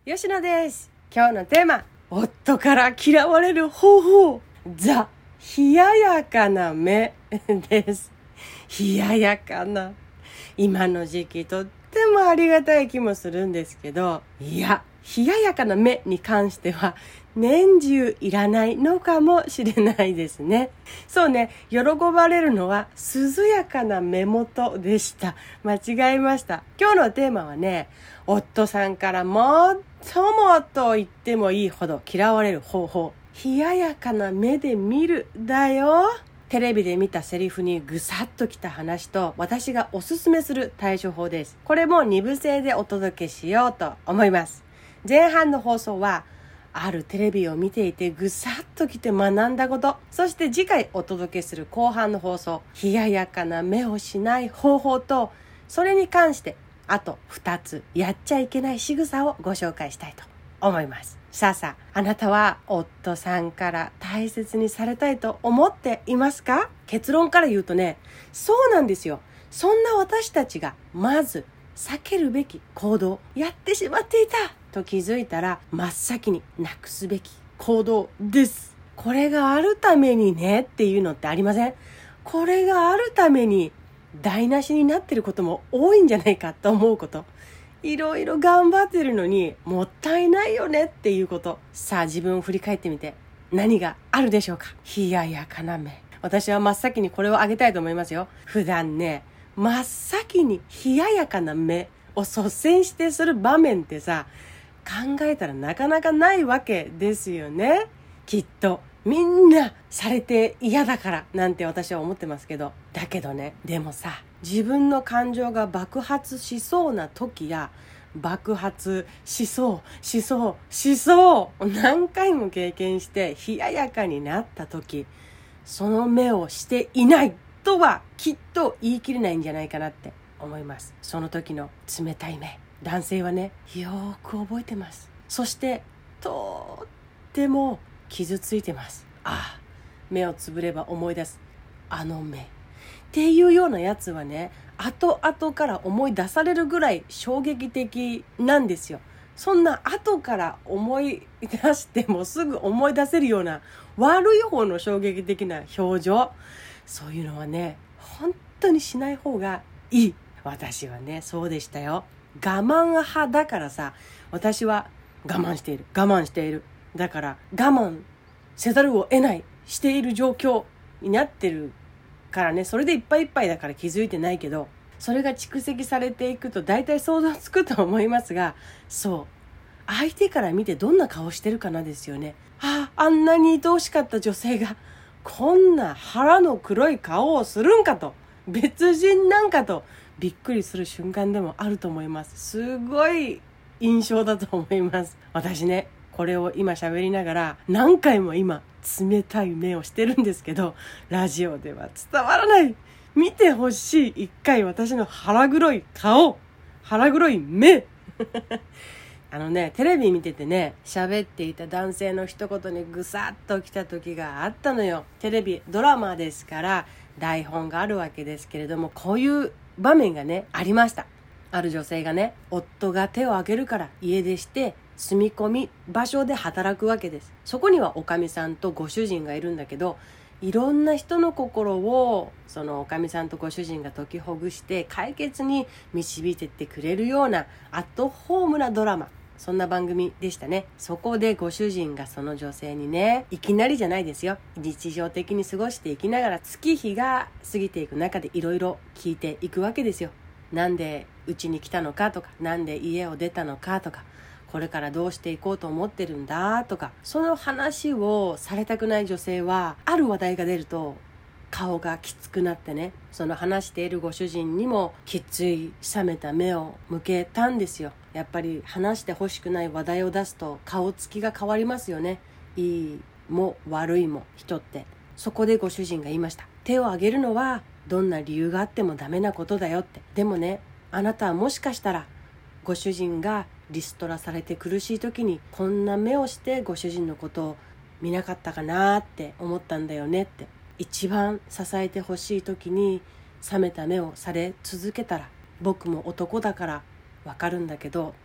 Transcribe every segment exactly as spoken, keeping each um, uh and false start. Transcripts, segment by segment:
吉野です。今日のテーマ、夫から嫌われる方法、ザ・冷ややかな目です。冷ややかな。今の時期とってもありがたい気もするんですけど、いや、冷ややかな目に関しては年中いらないのかもしれないですね。そうね、喜ばれるのは涼やかな目元でした。間違えました。今日のテーマはね、夫さんからもっともと言ってもいいほど嫌われる方法、冷ややかな目で見るだよ。テレビで見たセリフにぐさっときた話と私がおすすめする対処法です。これもに部制でお届けしようと思います。前半の放送はあるテレビを見ていてぐさっときて学んだこと、そして次回お届けする後半の放送、冷ややかな目をしない方法と、それに関してあとふたつやっちゃいけない仕草をご紹介したいと思います。さあさあ、あなたは夫さんから大切にされたいと思っていますか？結論から言うとね、そうなんですよ。そんな私たちがまず避けるべき行動、やってしまっていたと気づいたら真っ先になくすべき行動です。これがあるためにねっていうのってありません？これがあるために台無しになってることも多いんじゃないかと思うこと、いろいろ頑張ってるのにもったいないよねっていうこと。さあ、自分を振り返ってみて何があるでしょうか？冷ややかな目。私は真っ先にこれをあげたいと思いますよ。普段ね、真っ先に冷ややかな目を率先してする場面ってさ、考えたらなかなかないわけですよね。きっとみんなされて嫌だからなんて私は思ってますけど、だけどね、でもさ、自分の感情が爆発しそうな時や爆発しそうしそうしそう何回も経験して冷ややかになった時、その目をしていないとはきっと言い切れないんじゃないかなって思います。その時の冷たい目、男性はね、よーく覚えてます。そしてとっても傷ついてます。ああ、目をつぶれば思い出すあの目っていうようなやつはね、後々から思い出されるぐらい衝撃的なんですよ。そんな後から思い出してもすぐ思い出せるような悪い方の衝撃的な表情、そういうのはね、本当にしない方がいい。私はね、そうでしたよ。我慢派だからさ、私は我慢している我慢しているだから我慢せざるを得ないしている状況になってるからね、それでいっぱいいっぱいだから気づいてないけど、それが蓄積されていくと大体想像つくと思いますが、そう、相手から見てどんな顔してるかなですよね。ああ、あんなに愛おしかった女性がこんな腹の黒い顔をするんかと、別人なんかとびっくりする瞬間でもあると思います。すごい印象だと思います。私ね、これを今喋りながら何回も今冷たい目をしてるんですけど、ラジオでは伝わらない。見てほしい。一回私の腹黒い顔、腹黒い目あのね、テレビ見ててね、喋っていた男性の一言にぐさっと来た時があったのよ。テレビドラマですから台本があるわけですけれども、こういう場面がねありました。ある女性がね、夫が手を挙げるから家出して住み込み場所で働くわけです。そこにはおかみさんとご主人がいるんだけど、いろんな人の心をそのおかみさんとご主人が解きほぐして解決に導いてってくれるようなアットホームなドラマ、そんな番組でしたね。そこでご主人がその女性にね、いきなりじゃないですよ、日常的に過ごしていきながら月日が過ぎていく中でいろいろ聞いていくわけですよ。なんでうちに来たのかとか、なんで家を出たのかとか、これからどうしていこうと思ってるんだとか、その話をされたくない女性は、ある話題が出ると顔がきつくなってね、その話しているご主人にもきつい冷めた目を向けたんですよ。やっぱり話してほしくない話題を出すと顔つきが変わりますよね。いいも悪いも人って。そこでご主人が言いました。手を挙げるのはどんな理由があってもダメなことだよって。でもね、あなたはもしかしたらご主人がリストラされて苦しい時にこんな目をしてご主人のことを見なかったかなって思ったんだよねって。一番支えてほしい時に冷めた目をされ続けたら、僕も男だからわかるんだけど、とって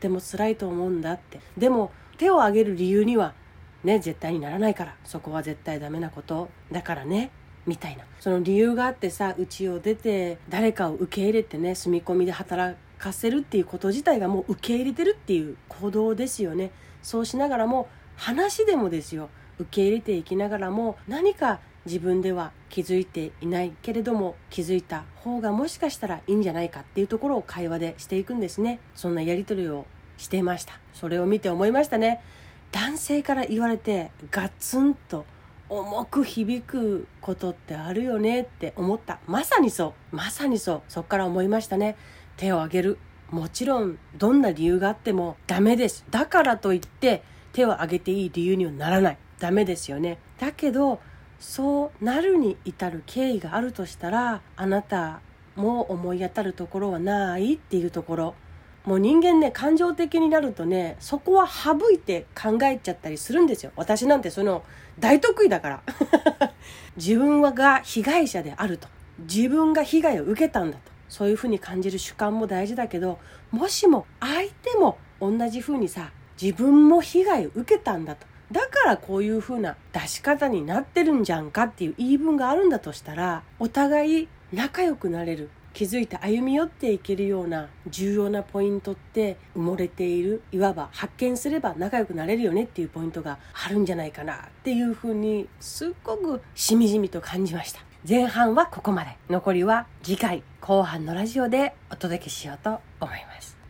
ても辛いと思うんだって。でも手を挙げる理由にはね、絶対にならないから、そこは絶対ダメなことだからね、みたいな、その理由があってさ、家を出て誰かを受け入れてね、住み込みで働かせるっていうこと自体がもう受け入れてるっていう行動ですよね。そうしながらも話でもですよ、受け入れていきながらも、何か自分では気づいていないけれども気づいた方がもしかしたらいいんじゃないかっていうところを会話でしていくんですね。そんなやり取りをしていました。それを見て思いましたね。男性から言われてガツンと重く響くことってあるよねって思った。まさにそうまさにそうそっから思いましたね。手を挙げる、もちろんどんな理由があってもダメです。だからといって手を挙げていい理由にはならない、ダメですよね。だけどそうなるに至る経緯があるとしたら、あなたも思い当たるところはないっていうところ。もう人間ね、感情的になるとね、そこは省いて考えちゃったりするんですよ。私なんてその大得意だから自分が被害者であると、自分が被害を受けたんだと、そういうふうに感じる主観も大事だけど、もしも相手も同じふうにさ、自分も被害を受けたんだと、だからこういう風な出し方になってるんじゃんかっていう言い分があるんだとしたら、お互い仲良くなれる、気づいて歩み寄っていけるような重要なポイントって埋もれている、いわば発見すれば仲良くなれるよねっていうポイントがあるんじゃないかなっていう風にすっごくしみじみと感じました。前半はここまで、残りは次回後半のラジオでお届けしようと思います。